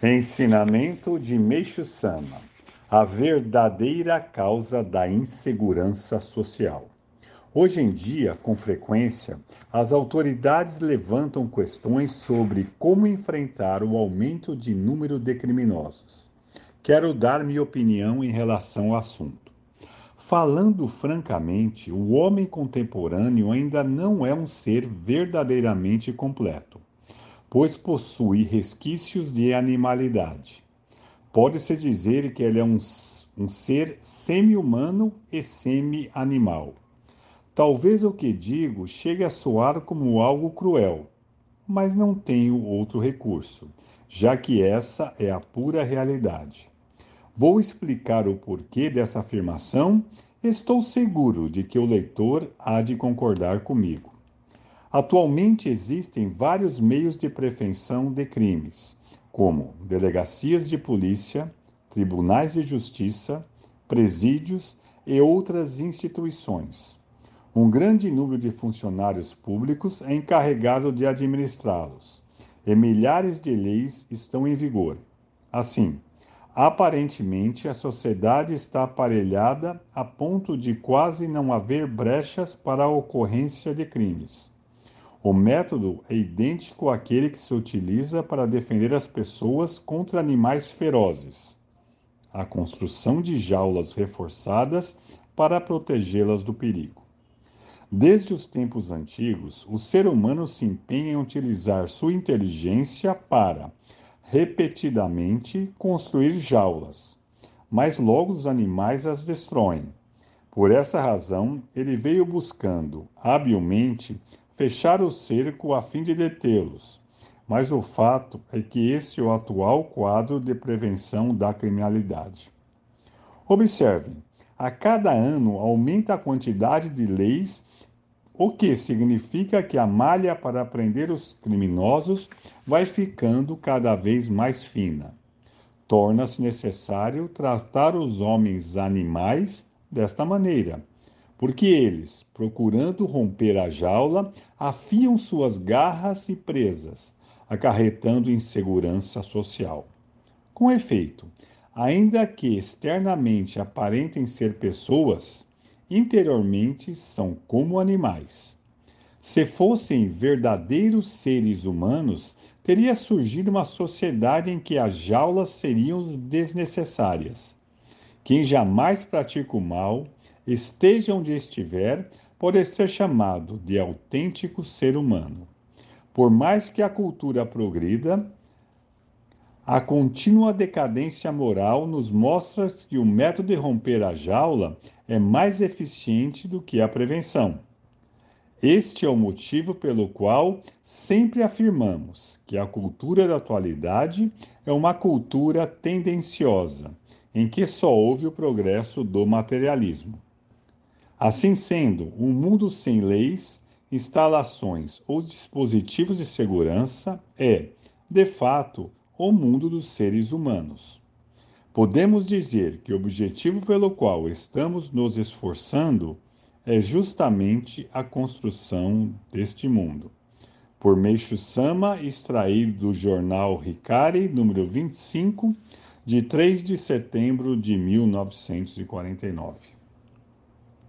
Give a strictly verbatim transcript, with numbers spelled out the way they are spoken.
Ensinamento de Meishu Sama: a verdadeira causa da insegurança social. Hoje em dia, com frequência, as autoridades levantam questões sobre como enfrentar o aumento de número de criminosos. Quero dar minha opinião em relação ao assunto. Falando francamente, o homem contemporâneo ainda não é um ser verdadeiramente completo, pois possui resquícios de animalidade. Pode-se dizer que ele é um, um ser semi-humano e semi-animal. Talvez o que digo chegue a soar como algo cruel, mas não tenho outro recurso, já que essa é a pura realidade. Vou explicar o porquê dessa afirmação. Estou seguro de que o leitor há de concordar comigo. Atualmente existem vários meios de prevenção de crimes, como delegacias de polícia, tribunais de justiça, presídios e outras instituições. Um grande número de funcionários públicos é encarregado de administrá-los, e milhares de leis estão em vigor. Assim, aparentemente, a sociedade está aparelhada a ponto de quase não haver brechas para a ocorrência de crimes. O método é idêntico àquele que se utiliza para defender as pessoas contra animais ferozes: a construção de jaulas reforçadas para protegê-las do perigo. Desde os tempos antigos, o ser humano se empenha em utilizar sua inteligência para, repetidamente, construir jaulas, mas logo os animais as destroem. Por essa razão, ele veio buscando, habilmente, fechar o cerco a fim de detê-los. Mas o fato é que esse é o atual quadro de prevenção da criminalidade. Observem, a cada ano aumenta a quantidade de leis, o que significa que a malha para prender os criminosos vai ficando cada vez mais fina. Torna-se necessário tratar os homens animais desta maneira, porque eles, procurando romper a jaula, afiam suas garras e presas, acarretando insegurança social. Com efeito, ainda que externamente aparentem ser pessoas, interiormente são como animais. Se fossem verdadeiros seres humanos, teria surgido uma sociedade em que as jaulas seriam desnecessárias. Quem jamais pratica o mal, esteja onde estiver, pode ser chamado de autêntico ser humano. Por mais que a cultura progrida, a contínua decadência moral nos mostra que o método de romper a jaula é mais eficiente do que a prevenção. Este é o motivo pelo qual sempre afirmamos que a cultura da atualidade é uma cultura tendenciosa, em que só houve o progresso do materialismo. Assim sendo, um mundo sem leis, instalações ou dispositivos de segurança é, de fato, o mundo dos seres humanos. Podemos dizer que o objetivo pelo qual estamos nos esforçando é justamente a construção deste mundo. Por Meishu Sama, extraído do jornal Hikari, número vinte e cinco, de três de setembro de mil novecentos e quarenta e nove.